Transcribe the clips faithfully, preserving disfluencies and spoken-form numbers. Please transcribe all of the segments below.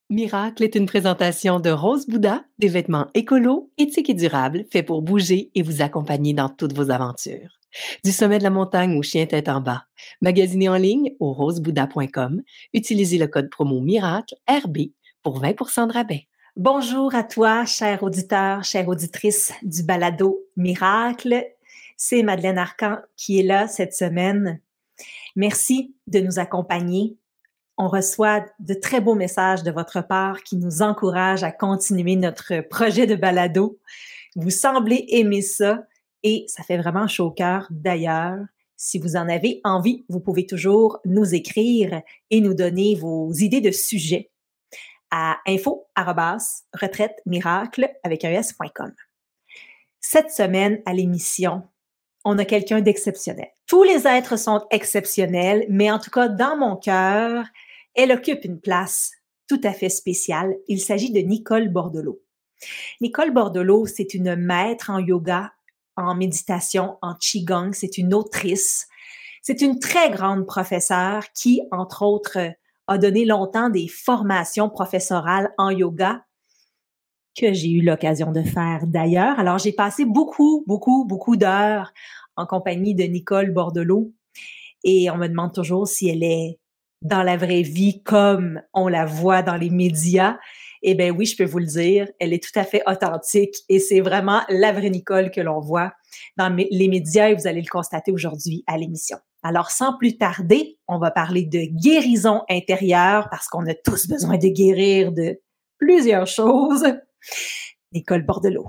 Miracle est une présentation de Rose Bouddha, des vêtements écolos, éthiques et durables, faits pour bouger et vous accompagner dans toutes vos aventures. Du sommet de la montagne au chien tête en bas. Magasinez en ligne au rose bouddha point com. Utilisez le code promo Miracle R B pour vingt pour cent de rabais. Bonjour à toi, cher auditeur, chère auditrice du balado Miracle. C'est Madeleine Arcan qui est là cette semaine. Merci de nous accompagner. On reçoit de très beaux messages de votre part qui nous encouragent à continuer notre projet de balado. Vous semblez aimer ça et ça fait vraiment chaud au cœur. D'ailleurs, si vous en avez envie, vous pouvez toujours nous écrire et nous donner vos idées de sujets à info arobase retraite miracle avec un s point com. Cette semaine à l'émission, on a quelqu'un d'exceptionnel. Tous les êtres sont exceptionnels, mais en tout cas, dans mon cœur, elle occupe une place tout à fait spéciale. Il s'agit de Nicole Bordelot. Nicole Bordelot, c'est une maître en yoga, en méditation, en qigong. C'est une autrice. C'est une très grande professeure qui, entre autres, a donné longtemps des formations professorales en yoga que j'ai eu l'occasion de faire d'ailleurs. Alors, j'ai passé beaucoup, beaucoup, beaucoup d'heures en compagnie de Nicole Bordelot et on me demande toujours si elle est dans la vraie vie comme on la voit dans les médias. Eh bien oui, je peux vous le dire, elle est tout à fait authentique et c'est vraiment la vraie Nicole que l'on voit dans les médias et vous allez le constater aujourd'hui à l'émission. Alors, sans plus tarder, on va parler de guérison intérieure parce qu'on a tous besoin de guérir de plusieurs choses. Nicole Bordelot.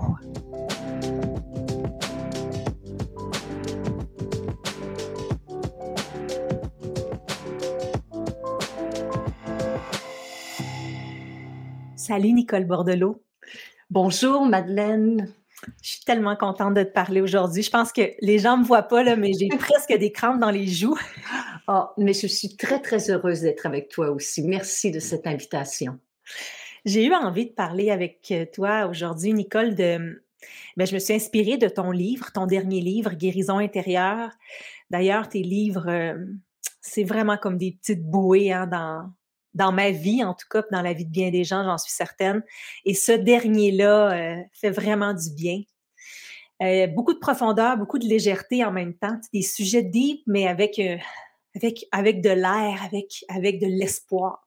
Salut Nicole Bordelot. Bonjour Madeleine. Je suis tellement contente de te parler aujourd'hui. Je pense que les gens me voient pas, là, mais j'ai presque des crampes dans les joues. Oh, mais je suis très, très heureuse d'être avec toi aussi. Merci de cette invitation. J'ai eu envie de parler avec toi aujourd'hui, Nicole, de... Ben, je me suis inspirée de ton livre, ton dernier livre, Guérison intérieure. D'ailleurs, tes livres, euh, c'est vraiment comme des petites bouées hein, dans... dans ma vie, en tout cas, dans la vie de bien des gens, j'en suis certaine. Et ce dernier-là euh, fait vraiment du bien. Euh, beaucoup de profondeur, beaucoup de légèreté en même temps. Des sujets deep, mais avec, euh, avec, avec de l'air, avec, avec de l'espoir.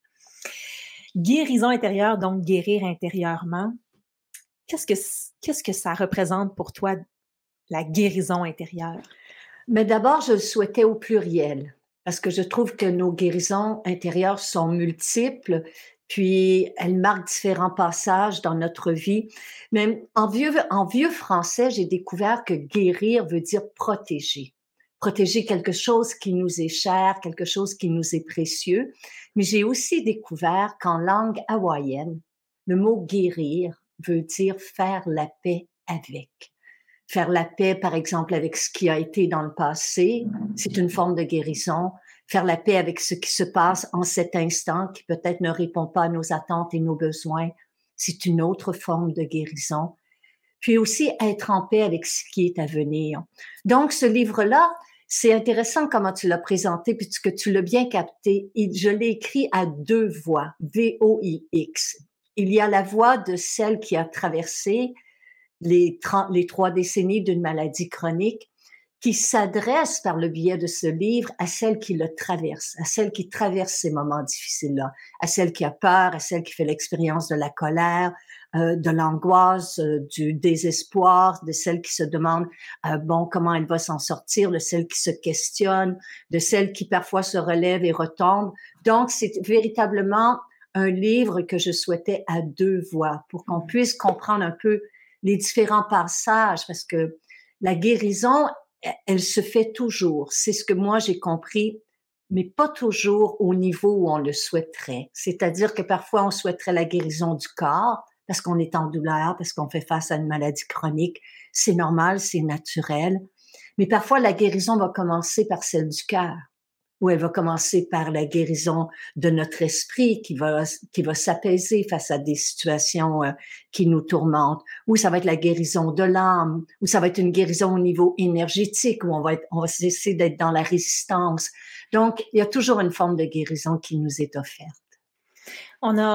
Guérison intérieure, donc guérir intérieurement. Qu'est-ce que, qu'est-ce que ça représente pour toi, la guérison intérieure? Mais d'abord, je le souhaitais au pluriel, parce que je trouve que nos guérisons intérieures sont multiples, puis elles marquent différents passages dans notre vie. Mais en vieux, en vieux français, j'ai découvert que guérir veut dire protéger. Protéger quelque chose qui nous est cher, quelque chose qui nous est précieux. Mais j'ai aussi découvert qu'en langue hawaïenne, le mot guérir veut dire faire la paix avec. Faire la paix, par exemple, avec ce qui a été dans le passé, c'est une forme de guérison. Faire la paix avec ce qui se passe en cet instant, qui peut-être ne répond pas à nos attentes et nos besoins, c'est une autre forme de guérison. Puis aussi être en paix avec ce qui est à venir. Donc, ce livre-là, c'est intéressant comment tu l'as présenté, puisque tu l'as bien capté. Je l'ai écrit à deux voix, V O I X. Il y a la voix de celle qui a traversé les, trente, les trois décennies d'une maladie chronique, qui s'adresse par le biais de ce livre à celle qui le traverse, à celle qui traverse ces moments difficiles-là, à celle qui a peur, à celle qui fait l'expérience de la colère, euh, de l'angoisse, euh, du désespoir, de celle qui se demande euh, bon comment elle va s'en sortir, de celle qui se questionne, de celle qui parfois se relève et retombe. Donc c'est véritablement un livre que je souhaitais à deux voix pour qu'on puisse comprendre un peu les différents passages, parce que la guérison, elle se fait toujours. C'est ce que moi j'ai compris, mais pas toujours au niveau où on le souhaiterait. C'est-à-dire que parfois on souhaiterait la guérison du corps parce qu'on est en douleur, parce qu'on fait face à une maladie chronique. C'est normal, c'est naturel. Mais parfois la guérison va commencer par celle du cœur, où elle va commencer par la guérison de notre esprit qui va qui va s'apaiser face à des situations euh, qui nous tourmentent, ou ça va être la guérison de l'âme, ou ça va être une guérison au niveau énergétique où on va être, on va cesser d'être dans la résistance. Donc, il y a toujours une forme de guérison qui nous est offerte. On a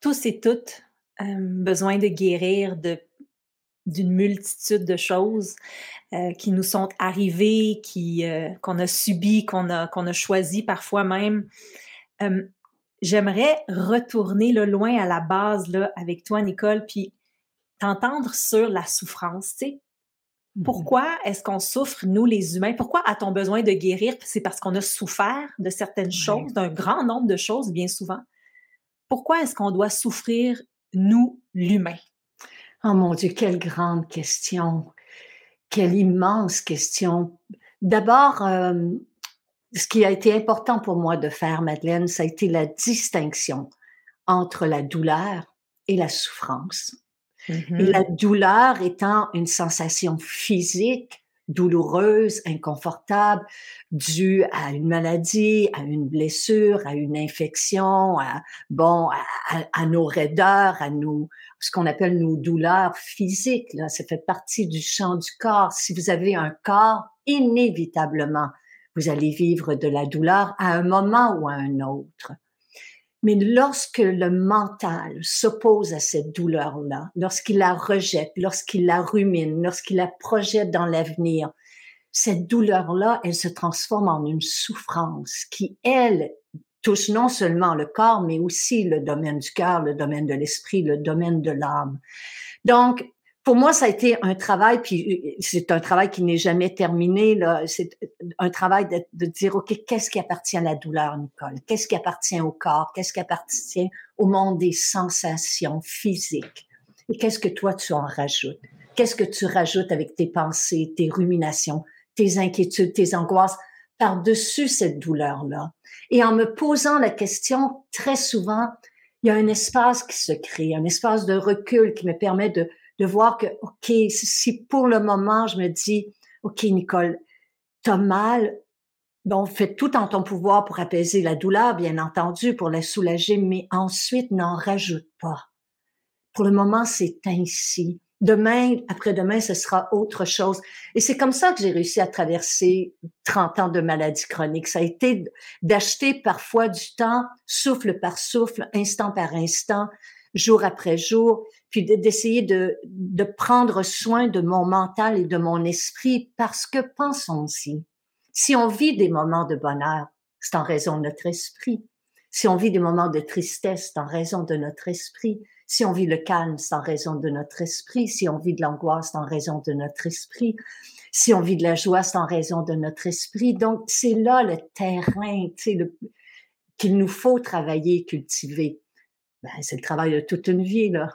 tous et toutes euh, besoin de guérir de, d'une multitude de choses euh, qui nous sont arrivées, qui, euh, qu'on a subies, qu'on a, qu'on a choisies parfois même. Euh, j'aimerais retourner là, loin à la base là, avec toi, Nicole, puis t'entendre sur la souffrance, tu sais. Pourquoi est-ce qu'on souffre, nous, les humains? Pourquoi a-t-on besoin de guérir? C'est parce qu'on a souffert de certaines choses, d'un grand nombre de choses, bien souvent. Pourquoi est-ce qu'on doit souffrir, nous, l'humain? Oh mon Dieu, quelle grande question. Quelle immense question. D'abord, euh, ce qui a été important pour moi de faire, Madeleine, ça a été la distinction entre la douleur et la souffrance. Mm-hmm. Et la douleur étant une sensation physique, douloureuse, inconfortable, due à une maladie, à une blessure, à une infection, à, bon, à, à, à nos raideurs, à nos, ce qu'on appelle nos douleurs physiques, là. Ça fait partie du champ du corps. Si vous avez un corps, inévitablement, vous allez vivre de la douleur à un moment ou à un autre. Mais lorsque le mental s'oppose à cette douleur-là, lorsqu'il la rejette, lorsqu'il la rumine, lorsqu'il la projette dans l'avenir, cette douleur-là, elle se transforme en une souffrance qui, elle, touche non seulement le corps, mais aussi le domaine du cœur, le domaine de l'esprit, le domaine de l'âme. Donc, pour moi, ça a été un travail, puis c'est un travail qui n'est jamais terminé, là. C'est un travail de, de dire, OK, qu'est-ce qui appartient à la douleur, Nicole? Qu'est-ce qui appartient au corps? Qu'est-ce qui appartient au monde des sensations physiques? Et qu'est-ce que toi, tu en rajoutes? Qu'est-ce que tu rajoutes avec tes pensées, tes ruminations, tes inquiétudes, tes angoisses par-dessus cette douleur-là? Et en me posant la question, très souvent, il y a un espace qui se crée, un espace de recul qui me permet de de voir que, OK, si pour le moment, je me dis, OK, Nicole, t'as mal, bon, fais tout en ton pouvoir pour apaiser la douleur, bien entendu, pour la soulager, mais ensuite, n'en rajoute pas. Pour le moment, c'est ainsi. Demain, après-demain, ce sera autre chose. Et c'est comme ça que j'ai réussi à traverser trente ans de maladie chronique. Ça a été d'acheter parfois du temps, souffle par souffle, instant par instant, jour après jour, puis d'essayer de, de prendre soin de mon mental et de mon esprit, parce que pensons-y, si on vit des moments de bonheur, c'est en raison de notre esprit. Si on vit des moments de tristesse, c'est en raison de notre esprit. Si on vit le calme, c'est en raison de notre esprit. Si on vit de l'angoisse, c'est en raison de notre esprit. Si on vit de la joie, c'est en raison de notre esprit. Donc, c'est là le terrain, tu sais, le, qu'il nous faut travailler, cultiver. Ben, c'est le travail de toute une vie, là.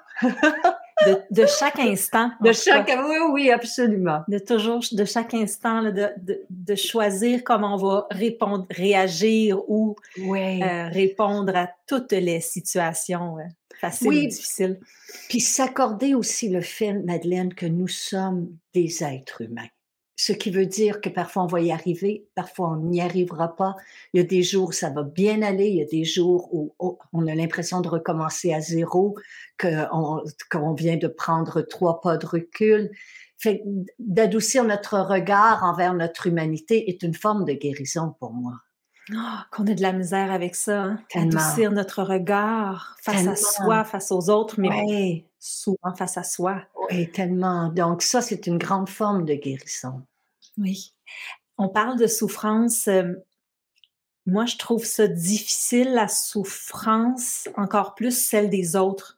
de, de chaque instant. De chaque, oui, oui, absolument. De toujours, de chaque instant, là, de, de, de choisir comment on va répondre, réagir ou oui. euh, répondre à toutes les situations euh, faciles oui. ou difficiles. Puis s'accorder aussi le fait, Madeleine, que nous sommes des êtres humains. Ce qui veut dire que parfois on va y arriver, parfois on n'y arrivera pas. Il y a des jours où ça va bien aller, il y a des jours où oh, on a l'impression de recommencer à zéro, qu'on, qu'on vient de prendre trois pas de recul. Fait d'adoucir notre regard envers notre humanité est une forme de guérison pour moi. Oh, qu'on ait de la misère avec ça, hein? Adoucir notre regard face tellement. à soi, face aux autres, mais ouais. souvent face à soi. Oui, tellement. Donc ça, c'est une grande forme de guérison. Oui. On parle de souffrance. Euh, moi, je trouve ça difficile, la souffrance, encore plus celle des autres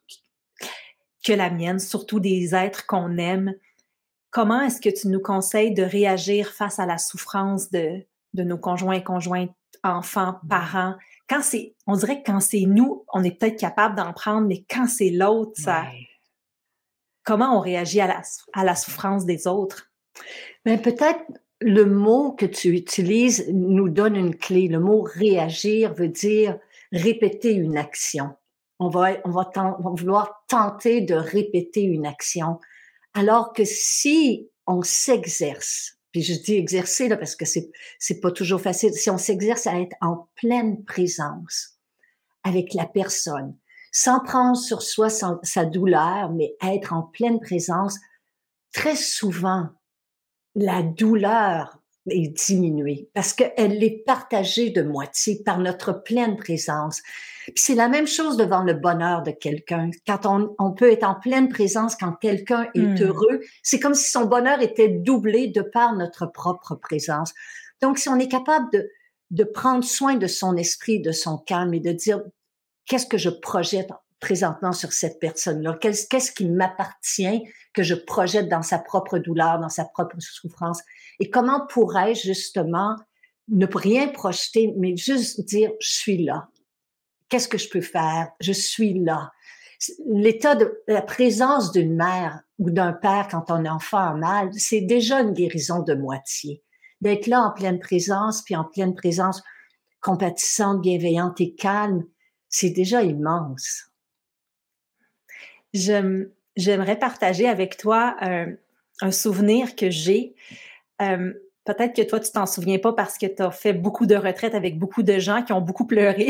que la mienne, surtout des êtres qu'on aime. Comment est-ce que tu nous conseilles de réagir face à la souffrance de, de nos conjoints et conjointes, enfants, parents? Quand c'est, on dirait que quand c'est nous, on est peut-être capable d'en prendre, mais quand c'est l'autre, ça... Ouais. Comment on réagit à la, à la souffrance des autres? Mais peut-être le mot que tu utilises nous donne une clé. Le mot réagir veut dire répéter une action. On va, on va, ten, on va vouloir tenter de répéter une action. Alors que si on s'exerce, puis je dis exercer là parce que c'est, c'est pas toujours facile, si on s'exerce à être en pleine présence avec la personne, sans prendre sur soi sa, sa douleur, mais être en pleine présence, très souvent, la douleur est diminuée parce qu'elle est partagée de moitié par notre pleine présence. Puis c'est la même chose devant le bonheur de quelqu'un. Quand on, on peut être en pleine présence quand quelqu'un est Mm. heureux, c'est comme si son bonheur était doublé de par notre propre présence. Donc, si on est capable de, de prendre soin de son esprit, de son calme et de dire qu'est-ce que je projette présentement sur cette personne-là, qu'est-ce, qu'est-ce qui m'appartient que je projette dans sa propre douleur, dans sa propre souffrance, et comment pourrais-je justement ne rien projeter, mais juste dire je suis là. Qu'est-ce que je peux faire? Je suis là. L'état de la présence d'une mère ou d'un père quand un enfant a mal, c'est déjà une guérison de moitié. D'être là en pleine présence, puis en pleine présence compatissante, bienveillante et calme, c'est déjà immense. J'aime, j'aimerais partager avec toi un, un souvenir que j'ai. Euh, peut-être que toi, tu t'en souviens pas parce que tu as fait beaucoup de retraites avec beaucoup de gens qui ont beaucoup pleuré.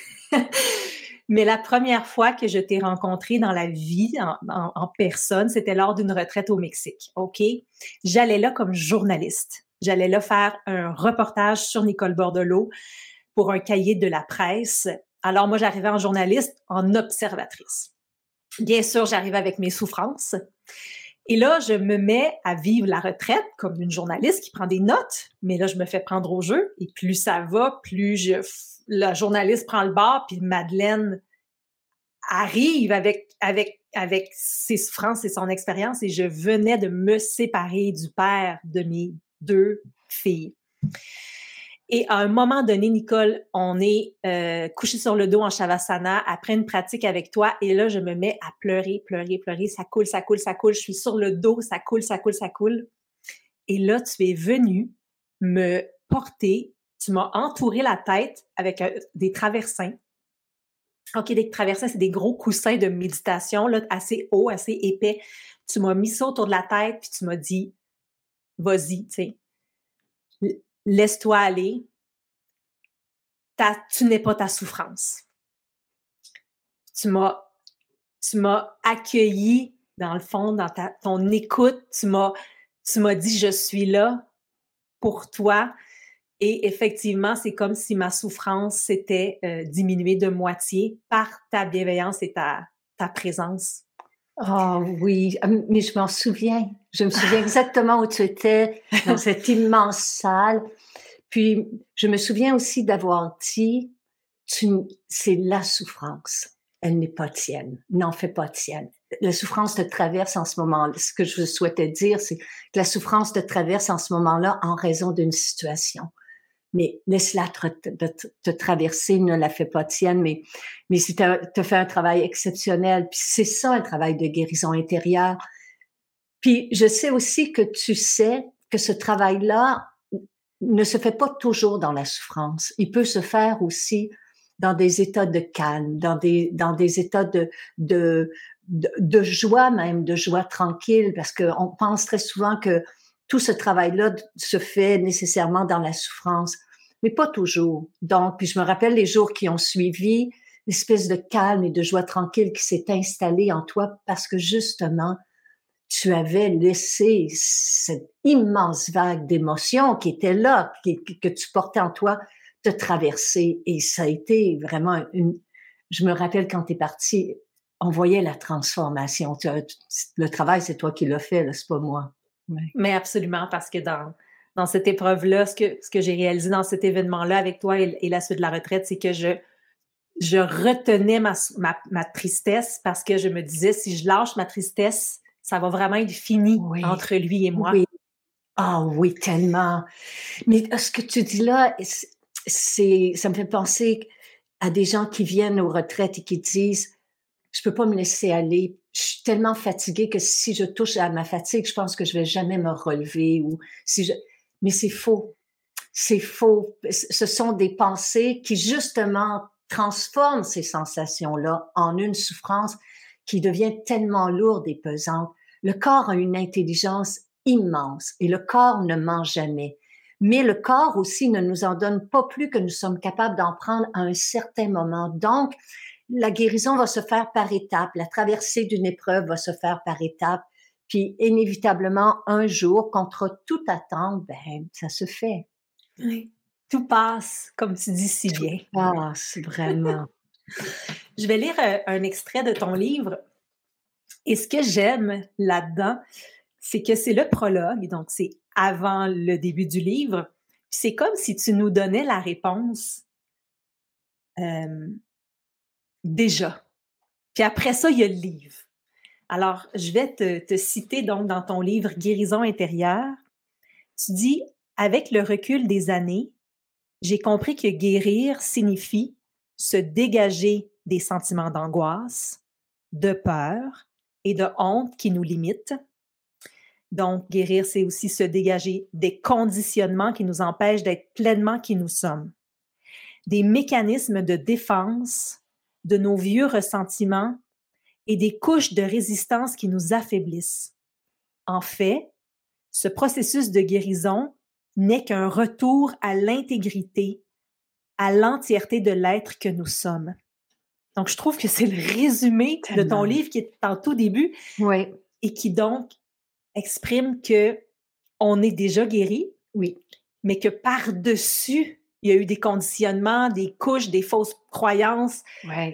Mais la première fois que je t'ai rencontré dans la vie, en, en, en personne, c'était lors d'une retraite au Mexique. OK? J'allais là comme journaliste. J'allais là faire un reportage sur Nicole Bordelot pour un cahier de la presse. Alors moi, j'arrivais en journaliste, en observatrice. Bien sûr, j'arrive avec mes souffrances. Et là, je me mets à vivre la retraite comme une journaliste qui prend des notes, mais là, je me fais prendre au jeu. Et plus ça va, plus je, la journaliste prend le bord, puis Madeleine arrive avec, avec, avec ses souffrances et son expérience. Et je venais de me séparer du père de mes deux filles. Et à un moment donné, Nicole, on est euh, couché sur le dos en Shavasana après une pratique avec toi. Et là, je me mets à pleurer, pleurer, pleurer. Ça coule, ça coule, ça coule. Je suis sur le dos, ça coule, ça coule, ça coule. Et là, tu es venu me porter. Tu m'as entouré la tête avec euh, des traversins. OK, des traversins, c'est des gros coussins de méditation, là, assez hauts, assez épais. Tu m'as mis ça autour de la tête, puis tu m'as dit, vas-y, tu sais. Laisse-toi aller, ta, tu n'es pas ta souffrance. Tu m'as, tu m'as accueilli dans le fond, dans ta, ton écoute, tu m'as, tu m'as dit je suis là pour toi et effectivement, c'est comme si ma souffrance s'était euh, diminuée de moitié par ta bienveillance et ta, ta présence. Oh oui, mais je m'en souviens. Je me souviens exactement où tu étais, dans cette immense salle. Puis, je me souviens aussi d'avoir dit, tu, c'est la souffrance. Elle n'est pas tienne. N'en fais pas tienne. La souffrance te traverse en ce moment-là. Ce que je souhaitais dire, c'est que la souffrance te traverse en ce moment-là en raison d'une situation. Mais laisse-la te, te, te traverser, ne la fais pas tienne. Mais, mais si tu as fait un travail exceptionnel, puis c'est ça, un travail de guérison intérieure. Puis, je sais aussi que tu sais que ce travail-là ne se fait pas toujours dans la souffrance. Il peut se faire aussi dans des états de calme, dans des, dans des états de, de, de, de joie même, de joie tranquille, parce qu'on pense très souvent que tout ce travail-là se fait nécessairement dans la souffrance, mais pas toujours. Donc, puis je me rappelle les jours qui ont suivi, l'espèce de calme et de joie tranquille qui s'est installée en toi parce que justement, tu avais laissé cette immense vague d'émotions qui était là, qui, que tu portais en toi, te traverser. Et ça a été vraiment une... Je me rappelle quand tu es partie, on voyait la transformation. Tu as, le travail, c'est toi qui l'as fait, là, c'est pas moi. Ouais. Mais absolument, parce que dans, dans cette épreuve-là, ce que, ce que j'ai réalisé dans cet événement-là avec toi et, et la suite de la retraite, c'est que je, je retenais ma, ma, ma tristesse parce que je me disais, si je lâche ma tristesse, ça va vraiment être fini oui. entre lui et moi. Oui. Ah oui, tellement. Mais ce que tu dis là, c'est, ça me fait penser à des gens qui viennent aux retraites et qui disent, je peux pas me laisser aller. Je suis tellement fatiguée que si je touche à ma fatigue, je pense que je vais jamais me relever. Ou si je... Mais c'est faux. C'est faux. Ce sont des pensées qui justement transforment ces sensations-là en une souffrance qui devient tellement lourde et pesante. Le corps a une intelligence immense et le corps ne ment jamais. Mais le corps aussi ne nous en donne pas plus que nous sommes capables d'en prendre à un certain moment. Donc, la guérison va se faire par étapes. La traversée d'une épreuve va se faire par étapes. Puis inévitablement, un jour, contre toute attente, ben ça se fait. Oui. Tout passe, comme tu dis si Tout bien. passe, vraiment. Je vais lire un, un extrait de ton livre. Et ce que j'aime là-dedans, c'est que c'est le prologue, donc c'est avant le début du livre. C'est comme si tu nous donnais la réponse euh, déjà. Puis après ça, il y a le livre. Alors, je vais te, te citer donc dans ton livre Guérison intérieure. Tu dis, avec le recul des années, j'ai compris que guérir signifie se dégager des sentiments d'angoisse, de peur et de honte qui nous limitent. Donc, guérir, c'est aussi se dégager des conditionnements qui nous empêchent d'être pleinement qui nous sommes, des mécanismes de défense, de nos vieux ressentiments et des couches de résistance qui nous affaiblissent. En fait, ce processus de guérison n'est qu'un retour à l'intégrité, à l'entièreté de l'être que nous sommes. Donc, je trouve que c'est le résumé de ton Tellement. livre qui est en tout début Oui, et qui donc exprime que on est déjà guéri, oui. mais que par-dessus, il y a eu des conditionnements, des couches, des fausses croyances. Ouais.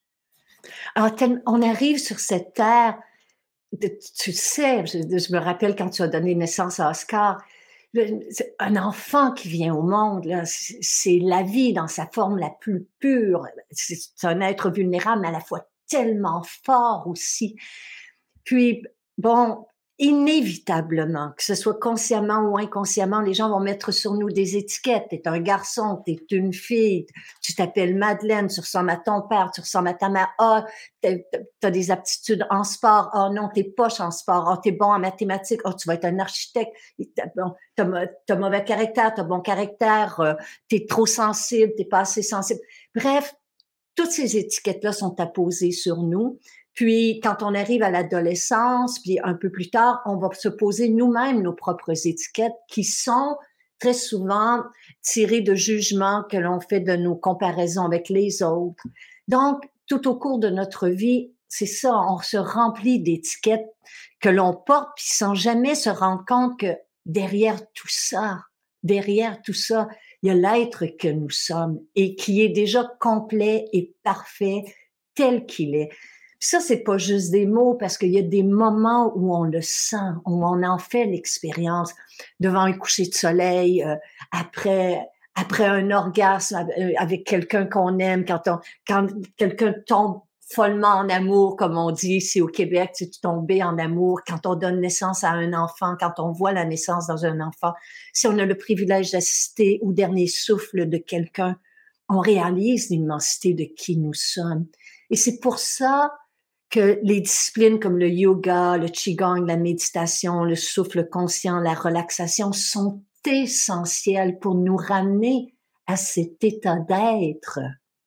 Alors, tel- on arrive sur cette terre, de- tu sais, je, je me rappelle quand tu as donné naissance à Oscar, le- c'est un enfant qui vient au monde, là, c'est c'est la vie dans sa forme la plus pure. C'est c'est un être vulnérable, mais à la fois tellement fort aussi. Puis, bon, inévitablement, que ce soit consciemment ou inconsciemment, les gens vont mettre sur nous des étiquettes. T'es un garçon, t'es une fille, tu t'appelles Madeleine, tu ressembles à ton père, tu ressembles à ta mère. Ah, t'as, t'as des aptitudes en sport. Ah non, t'es poche en sport. Ah, t'es bon en mathématiques. Ah, tu vas être un architecte. T'as, bon, t'as, t'as mauvais caractère, t'as bon caractère. Euh, t'es trop sensible, t'es pas assez sensible. Bref, toutes ces étiquettes-là sont apposées sur nous. Puis, quand on arrive à l'adolescence, puis un peu plus tard, on va se poser nous-mêmes nos propres étiquettes qui sont très souvent tirées de jugements que l'on fait de nos comparaisons avec les autres. Donc, tout au cours de notre vie, c'est ça, on se remplit d'étiquettes que l'on porte, puis sans jamais se rendre compte que derrière tout ça, derrière tout ça, il y a l'être que nous sommes et qui est déjà complet et parfait tel qu'il est. Puis ça, c'est pas juste des mots parce qu'il y a des moments où on le sent, où on en fait l'expérience devant un coucher de soleil, euh, après après un orgasme avec quelqu'un qu'on aime, quand on quand quelqu'un tombe follement en amour, comme on dit ici au Québec, tu es tombé en amour, quand on donne naissance à un enfant, quand on voit la naissance dans un enfant, si on a le privilège d'assister au dernier souffle de quelqu'un, on réalise l'immensité de qui nous sommes. Et c'est pour ça que les disciplines comme le yoga, le qigong, la méditation, le souffle conscient, la relaxation sont essentielles pour nous ramener à cet état d'être.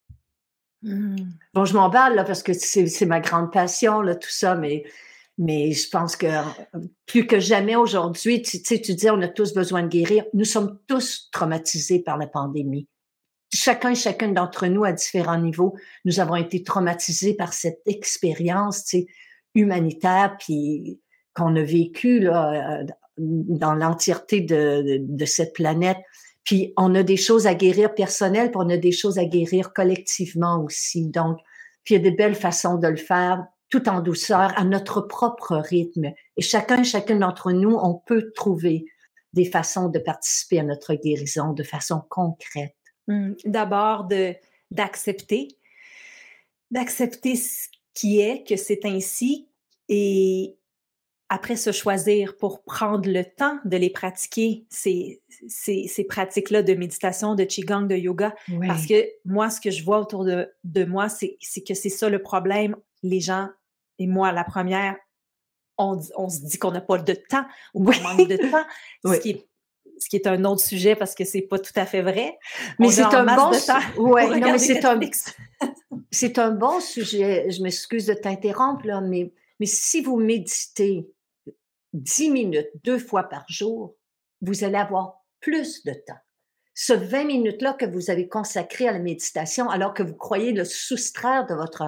Mm. Bon, je m'emballe là parce que c'est, c'est ma grande passion, là, tout ça, mais, mais je pense que plus que jamais aujourd'hui, tu sais, tu dis on a tous besoin de guérir. Nous sommes tous traumatisés par la pandémie. Chacun et chacune d'entre nous, à différents niveaux, nous avons été traumatisés par cette expérience, tu sais, humanitaire, puis qu'on a vécue là, dans l'entièreté de, de, de cette planète. Puis on a des choses à guérir personnelles, puis on a des choses à guérir collectivement aussi. Donc, puis il y a des belles façons de le faire, tout en douceur, à notre propre rythme. Et chacun et chacune d'entre nous, on peut trouver des façons de participer à notre guérison de façon concrète. Mm. D'abord, de, d'accepter, d'accepter ce qui est, que c'est ainsi, et après se choisir pour prendre le temps de les pratiquer, ces, ces, ces pratiques-là de méditation, de qigong, de yoga. Oui. Parce que moi, ce que je vois autour de, de moi, c'est, c'est que c'est ça le problème. Les gens, et moi la première, on, on se dit qu'on n'a pas de temps ou qu'on Oui. manque de temps, Oui. ce qui est ce qui est un autre sujet parce que c'est pas tout à fait vrai. Mais on c'est a en un masse bon de temps su- ouais, pour non, mais regarder c'est un, Netflix. c'est un bon sujet. Je m'excuse de t'interrompre, là, mais, mais si vous méditez dix minutes, deux fois par jour, vous allez avoir plus de temps. Ce vingt minutes-là que vous avez consacré à la méditation, alors que vous croyez le soustraire de votre horaire,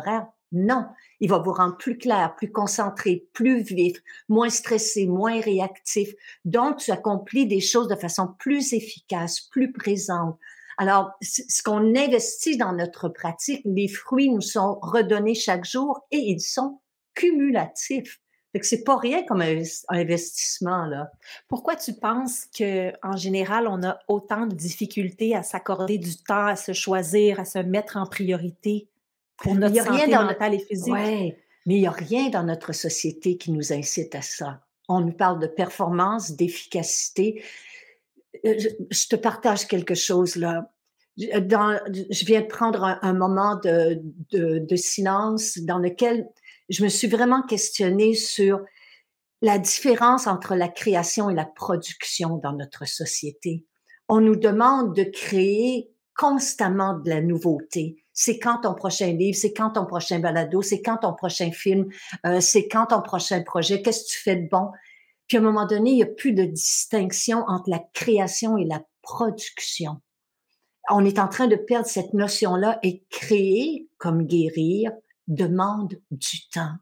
Non, il va vous rendre plus clair, plus concentré, plus vif, moins stressé, moins réactif. Donc, tu accomplis des choses de façon plus efficace, plus présente. Alors, ce qu'on investit dans notre pratique, les fruits nous sont redonnés chaque jour et ils sont cumulatifs. Fait que c'est pas rien comme investissement, là. Pourquoi tu penses qu'en général, on a autant de difficultés à s'accorder du temps, à se choisir, à se mettre en priorité pour Il notre y a rien santé dans mentale et physique? Ouais, mais il y a rien dans notre société qui nous incite à ça. On nous parle de performance, d'efficacité. Euh, je je te partage quelque chose, là. J dans je viens de prendre un un moment de de de silence dans lequel je me suis vraiment questionnée sur la différence entre la création et la production dans notre société. On nous demande de créer constamment de la nouveauté. C'est quand ton prochain livre, c'est quand ton prochain balado, c'est quand ton prochain film, euh, c'est quand ton prochain projet, qu'est-ce que tu fais de bon? Puis à un moment donné, il n'y a plus de distinction entre la création et la production. On est en train de perdre cette notion-là et créer, comme guérir, demande du temps.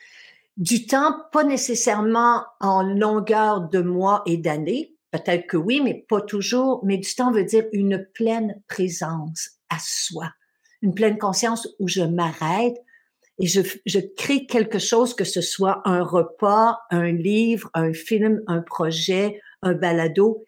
Du temps, pas nécessairement en longueur de mois et d'années, peut-être que oui, mais pas toujours, mais du temps veut dire une pleine présence à soi, une pleine conscience où je m'arrête et je, je crée quelque chose, que ce soit un repas, un livre, un film, un projet, un balado,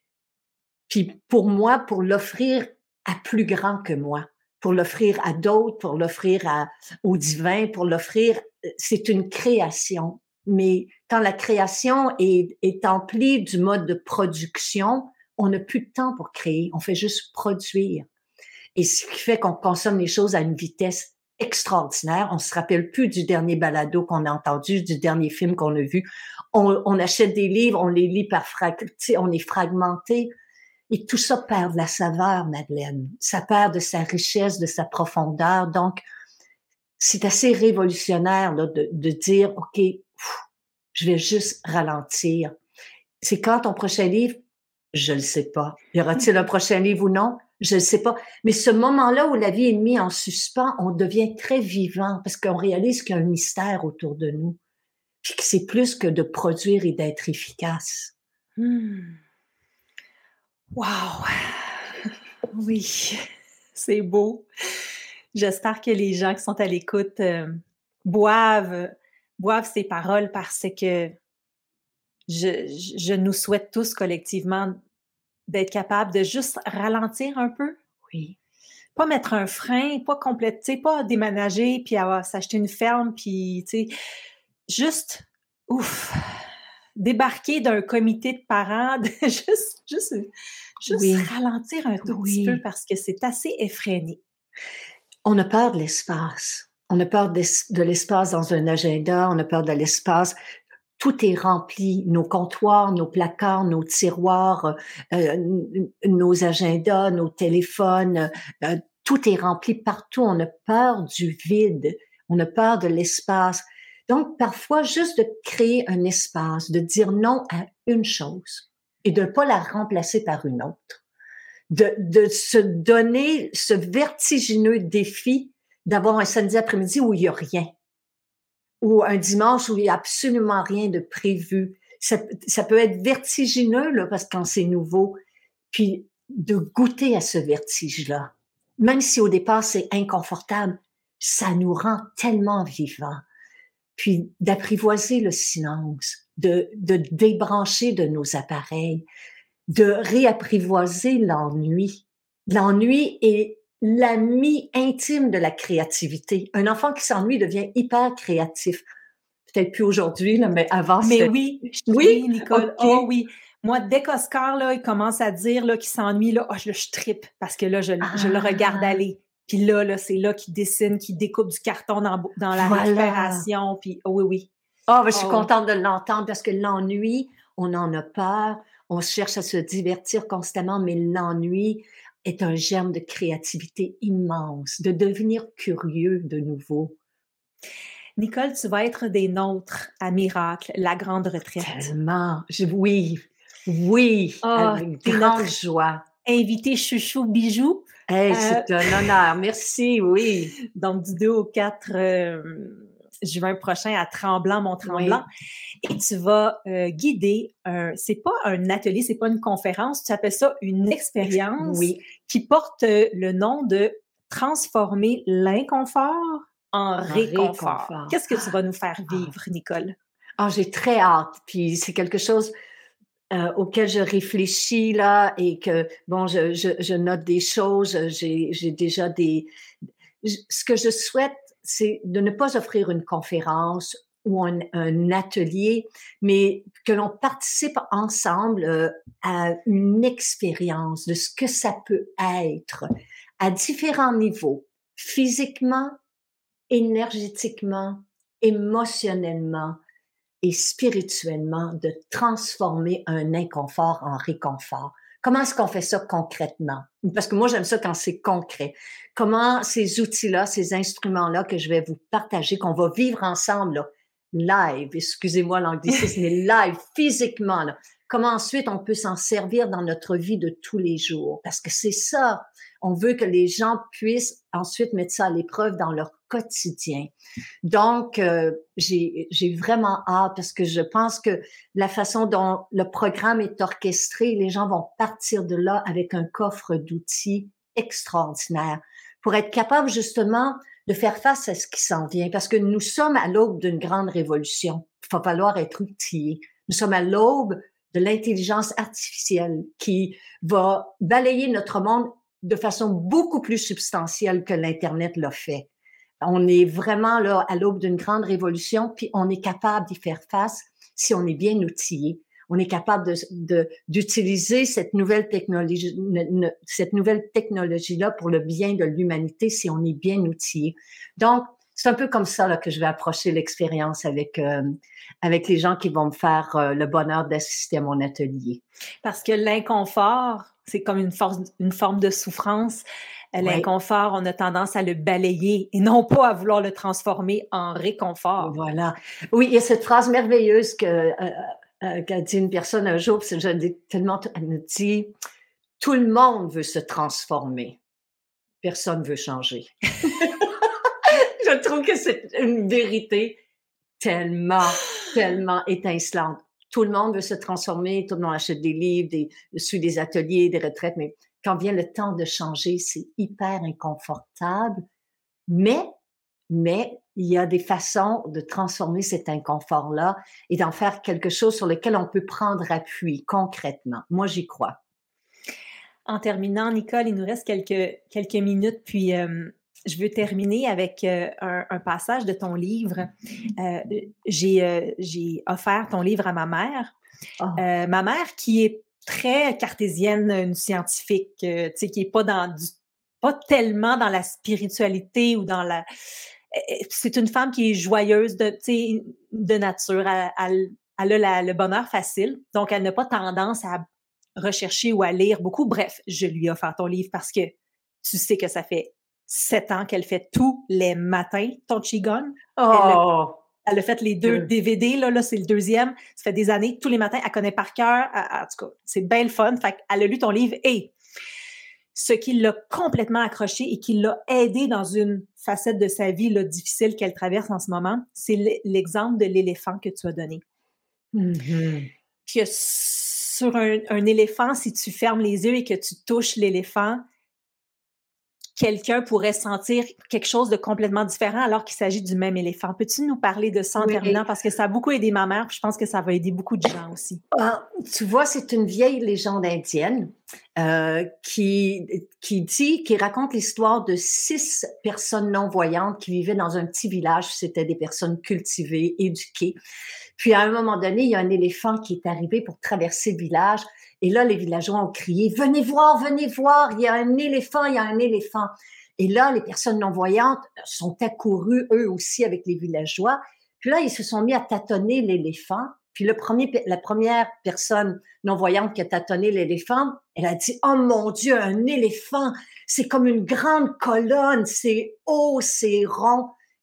puis pour moi, pour l'offrir à plus grand que moi, pour l'offrir à d'autres, pour l'offrir à, au divin, pour l'offrir, c'est une création. Mais quand la création est, est emplie du mode de production, on n'a plus de temps pour créer, on fait juste produire. Et ce qui fait qu'on consomme les choses à une vitesse extraordinaire. On se rappelle plus du dernier balado qu'on a entendu, du dernier film qu'on a vu. On, on achète des livres, on les lit par frag, on est fragmenté. Et tout ça perd de la saveur, Madeleine. Ça perd de sa richesse, de sa profondeur. Donc, c'est assez révolutionnaire là, de, de dire, OK, pff, je vais juste ralentir. C'est quand ton prochain livre? Je ne le sais pas. Y aura-t-il un prochain livre ou non? Je ne sais pas. Mais ce moment-là où la vie est mise en suspens, on devient très vivant parce qu'on réalise qu'il y a un mystère autour de nous. Puis que c'est plus que de produire et d'être efficace. Hmm. Wow! Oui, c'est beau. J'espère que les gens qui sont à l'écoute euh, boivent, boivent ces paroles parce que je, je, je nous souhaite tous collectivement d'être capables de juste ralentir un peu. Oui. Pas mettre un frein, pas compléter, pas déménager, puis avoir, s'acheter une ferme, puis, tu sais, juste, ouf, débarquer d'un comité de parents, de juste, juste, juste Oui. ralentir un tout Oui. petit peu parce que c'est assez effréné. On a peur de l'espace. On a peur de l'espace dans un agenda, on a peur de l'espace. Tout est rempli, nos comptoirs, nos placards, nos tiroirs, euh, nos agendas, nos téléphones, euh, tout est rempli partout. On a peur du vide, on a peur de l'espace. Donc, parfois, juste de créer un espace, de dire non à une chose et de ne pas la remplacer par une autre. De, de se donner ce vertigineux défi d'avoir un samedi après-midi où il n'y a rien, ou un dimanche où il n'y a absolument rien de prévu. Ça, ça peut être vertigineux là, parce que quand c'est nouveau, puis de goûter à ce vertige-là, même si au départ c'est inconfortable, ça nous rend tellement vivants. Puis d'apprivoiser le silence, de, de débrancher de nos appareils, de réapprivoiser l'ennui. L'ennui est l'ami intime de la créativité. Un enfant qui s'ennuie devient hyper créatif. Peut-être plus aujourd'hui, là, mais avant, Mais c'était... oui, Oui? oui, Nicole. OK. Oh oui. Moi, dès qu'Oscar, là, il commence à dire là, qu'il s'ennuie, là, oh, je, je trippe parce que là, je, Ah. je le regarde aller. Puis là, là, c'est là qu'il dessine, qu'il découpe du carton dans, dans la Voilà. récupération. Puis oh, oui, oui. Ah, ben, je suis Oh. contente de l'entendre parce que l'ennui, on en a peur, on cherche à se divertir constamment, mais l'ennui est un germe de créativité immense, de devenir curieux de nouveau. Nicole, tu vas être des nôtres à Miracle, la grande retraite. Tellement. Je, oui, oui, Oh, avec t'es grande notre, joie. invité chouchou bijou. Hey, Euh, c'est un honneur. Merci, oui. Donc, du deux au quatre euh, juin prochain à Tremblant-Mont-Tremblant. Oui. Et tu vas euh, guider, un, c'est pas un atelier, c'est pas une conférence, tu appelles ça une expérience oui. qui porte le nom de Transformer l'inconfort en, en réconfort. réconfort. Qu'est-ce que tu vas nous faire vivre, ah. Nicole? Ah, j'ai très hâte. Puis c'est quelque chose euh, auquel je réfléchis là et que, bon, je, je, je note des choses. J'ai, j'ai déjà des... Ce que je souhaite, c'est de ne pas offrir une conférence ou un, un atelier, mais que l'on participe ensemble euh, à une expérience de ce que ça peut être à différents niveaux, physiquement, énergétiquement, émotionnellement et spirituellement, de transformer un inconfort en réconfort. Comment est-ce qu'on fait ça concrètement? Parce que moi, j'aime ça quand c'est concret. Comment ces outils-là, ces instruments-là que je vais vous partager, qu'on va vivre ensemble, là, live, excusez-moi l'anglicisme, mais live, physiquement, là, comment ensuite on peut s'en servir dans notre vie de tous les jours? Parce que c'est ça. On veut que les gens puissent ensuite mettre ça à l'épreuve dans leur quotidien. Donc, euh, j'ai, j'ai vraiment hâte parce que je pense que la façon dont le programme est orchestré, les gens vont partir de là avec un coffre d'outils extraordinaire pour être capable justement de faire face à ce qui s'en vient. Parce que nous sommes à l'aube d'une grande révolution. Il va falloir être outillés. Nous sommes à l'aube de l'intelligence artificielle qui va balayer notre monde de façon beaucoup plus substantielle que l'Internet l'a fait. On est vraiment là à l'aube d'une grande révolution, puis on est capable d'y faire face si on est bien outillé. On est capable de, de, d'utiliser cette nouvelle technologie, cette nouvelle technologie-là pour le bien de l'humanité si on est bien outillé. Donc, c'est un peu comme ça là, que je vais approcher l'expérience avec, euh, avec les gens qui vont me faire euh, le bonheur d'assister à mon atelier. Parce que l'inconfort, c'est comme une, force, une forme de souffrance. L'inconfort, on a tendance à le balayer et non pas à vouloir le transformer en réconfort. Voilà. Oui, il y a cette phrase merveilleuse que, euh, euh, qu'a dit une personne un jour, je dis tellement, elle me dit, tout le monde veut se transformer. Personne veut changer. Je trouve que c'est une vérité tellement, tellement étincelante. Tout le monde veut se transformer, tout le monde achète des livres, des, suit des ateliers, des retraites, mais quand vient le temps de changer, c'est hyper inconfortable. Mais, mais il y a des façons de transformer cet inconfort-là et d'en faire quelque chose sur lequel on peut prendre appui concrètement. Moi, j'y crois. En terminant, Nicole, il nous reste quelques, quelques minutes, puis euh, je veux terminer avec euh, un, un passage de ton livre. Euh, j'ai, euh, j'ai offert ton livre à ma mère. Oh. Euh, ma mère qui est très cartésienne, une scientifique, euh, tu sais, qui est pas dans du, pas tellement dans la spiritualité ou dans la... C'est une femme qui est joyeuse de, tu sais, de nature. Elle, elle, elle a la, le bonheur facile, donc elle n'a pas tendance à rechercher ou à lire beaucoup. Bref, je lui ai offert ton livre parce que tu sais que ça fait sept ans qu'elle fait tous les matins ton Qigong. Oh! Elle a, elle a fait les deux D V D, là, là c'est le deuxième. Ça fait des années, tous les matins, elle connaît par cœur. Elle, en tout cas, c'est bien le fun. Fait qu'elle a lu ton livre et ce qui l'a complètement accroché et qui l'a aidé dans une facette de sa vie là, difficile qu'elle traverse en ce moment, c'est l'exemple de l'éléphant que tu as donné. Mm-hmm. Que sur un, un éléphant, si tu fermes les yeux et que tu touches l'éléphant, quelqu'un pourrait sentir quelque chose de complètement différent alors qu'il s'agit du même éléphant. Peux-tu nous parler de ça en oui. terminant? Parce que ça a beaucoup aidé ma mère, puis je pense que ça va aider beaucoup de gens aussi. Ah, tu vois, c'est une vieille légende indienne euh, qui, qui dit, qui raconte l'histoire de six personnes non-voyantes qui vivaient dans un petit village. C'était des personnes cultivées, éduquées. Puis à un moment donné, il y a un éléphant qui est arrivé pour traverser le village. Et là, les villageois ont crié « Venez voir, venez voir, il y a un éléphant, il y a un éléphant ». Et là, les personnes non-voyantes sont accourues, eux aussi, avec les villageois. Puis là, ils se sont mis à tâtonner l'éléphant. Puis le premier, la première personne non-voyante qui a tâtonné l'éléphant, elle a dit « Oh mon Dieu, un éléphant, c'est comme une grande colonne, c'est haut, c'est rond ».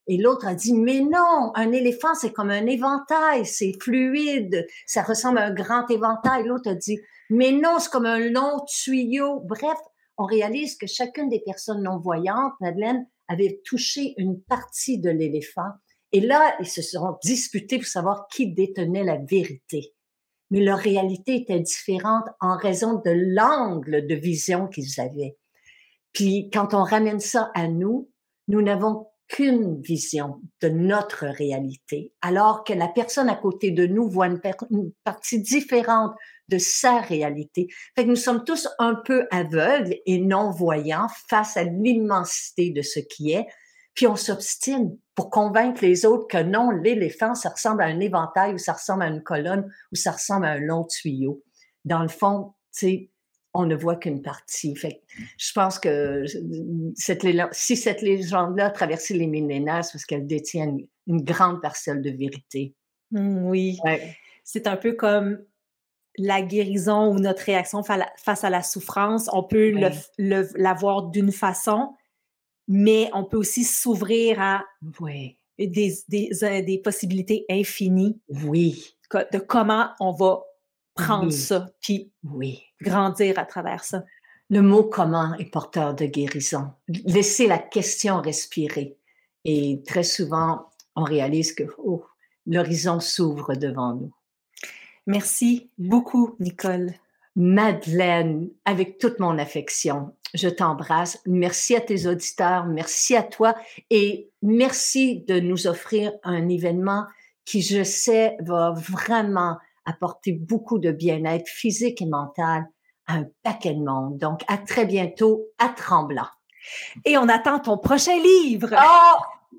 Et l'autre a dit, mais non, un éléphant, c'est comme un éventail, c'est fluide, ça ressemble à un grand éventail. L'autre a dit, mais non, c'est comme un long tuyau. Bref, on réalise que chacune des personnes non-voyantes, Madeleine, avait touché une partie de l'éléphant. Et là, ils se sont disputés pour savoir qui détenait la vérité. Mais leur réalité était différente en raison de l'angle de vision qu'ils avaient. Puis, quand on ramène ça à nous, nous n'avons qu'une vision de notre réalité, alors que la personne à côté de nous voit une, per- une partie différente de sa réalité. Fait que nous sommes tous un peu aveugles et non-voyants face à l'immensité de ce qui est, puis on s'obstine pour convaincre les autres que non, l'éléphant, ça ressemble à un éventail ou ça ressemble à une colonne ou ça ressemble à un long tuyau. Dans le fond, tu sais, on ne voit qu'une partie. Fait que je pense que cette, si cette légende-là a traversé les millénaires, c'est parce qu'elle détient une, une grande parcelle de vérité. Mmh, oui. Ouais. C'est un peu comme la guérison ou notre réaction face à la souffrance. On peut Ouais. le, le, la voir d'une façon, mais on peut aussi s'ouvrir à Oui. des, des, des possibilités infinies Oui. de comment on va prendre Oui. ça, puis Oui. grandir à travers ça. Le mot « comment » est porteur de guérison. Laissez la question respirer. Et très souvent, on réalise que oh, l'horizon s'ouvre devant nous. Merci beaucoup, Nicole. Madeleine, avec toute mon affection, je t'embrasse. Merci à tes auditeurs, merci à toi et merci de nous offrir un événement qui, je sais, va vraiment apporter beaucoup de bien-être physique et mental à un paquet de monde. Donc, à très bientôt à Tremblant. Et on attend ton prochain livre. Oh!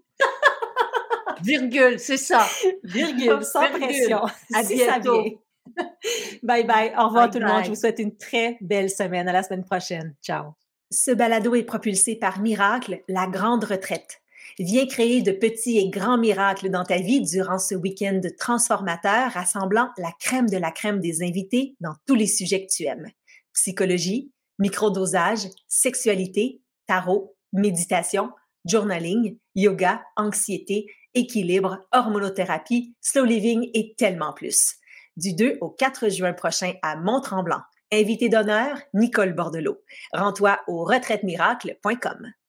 Virgule, c'est ça. Virgule, sans Virgule. pression. À si bientôt. Ça vient. Bye bye. Au revoir Bye tout bye. le monde. Je vous souhaite une très belle semaine. À la semaine prochaine. Ciao. Ce balado est propulsé par Miracle, la grande retraite. Viens créer de petits et grands miracles dans ta vie durant ce week-end transformateur rassemblant la crème de la crème des invités dans tous les sujets que tu aimes. Psychologie, microdosage, sexualité, tarot, méditation, journaling, yoga, anxiété, équilibre, hormonothérapie, slow living et tellement plus. Du deux au quatre juin prochain à Mont-Tremblant. Invité d'honneur, Nicole Bordelot. Rends-toi au retraite miracle point com.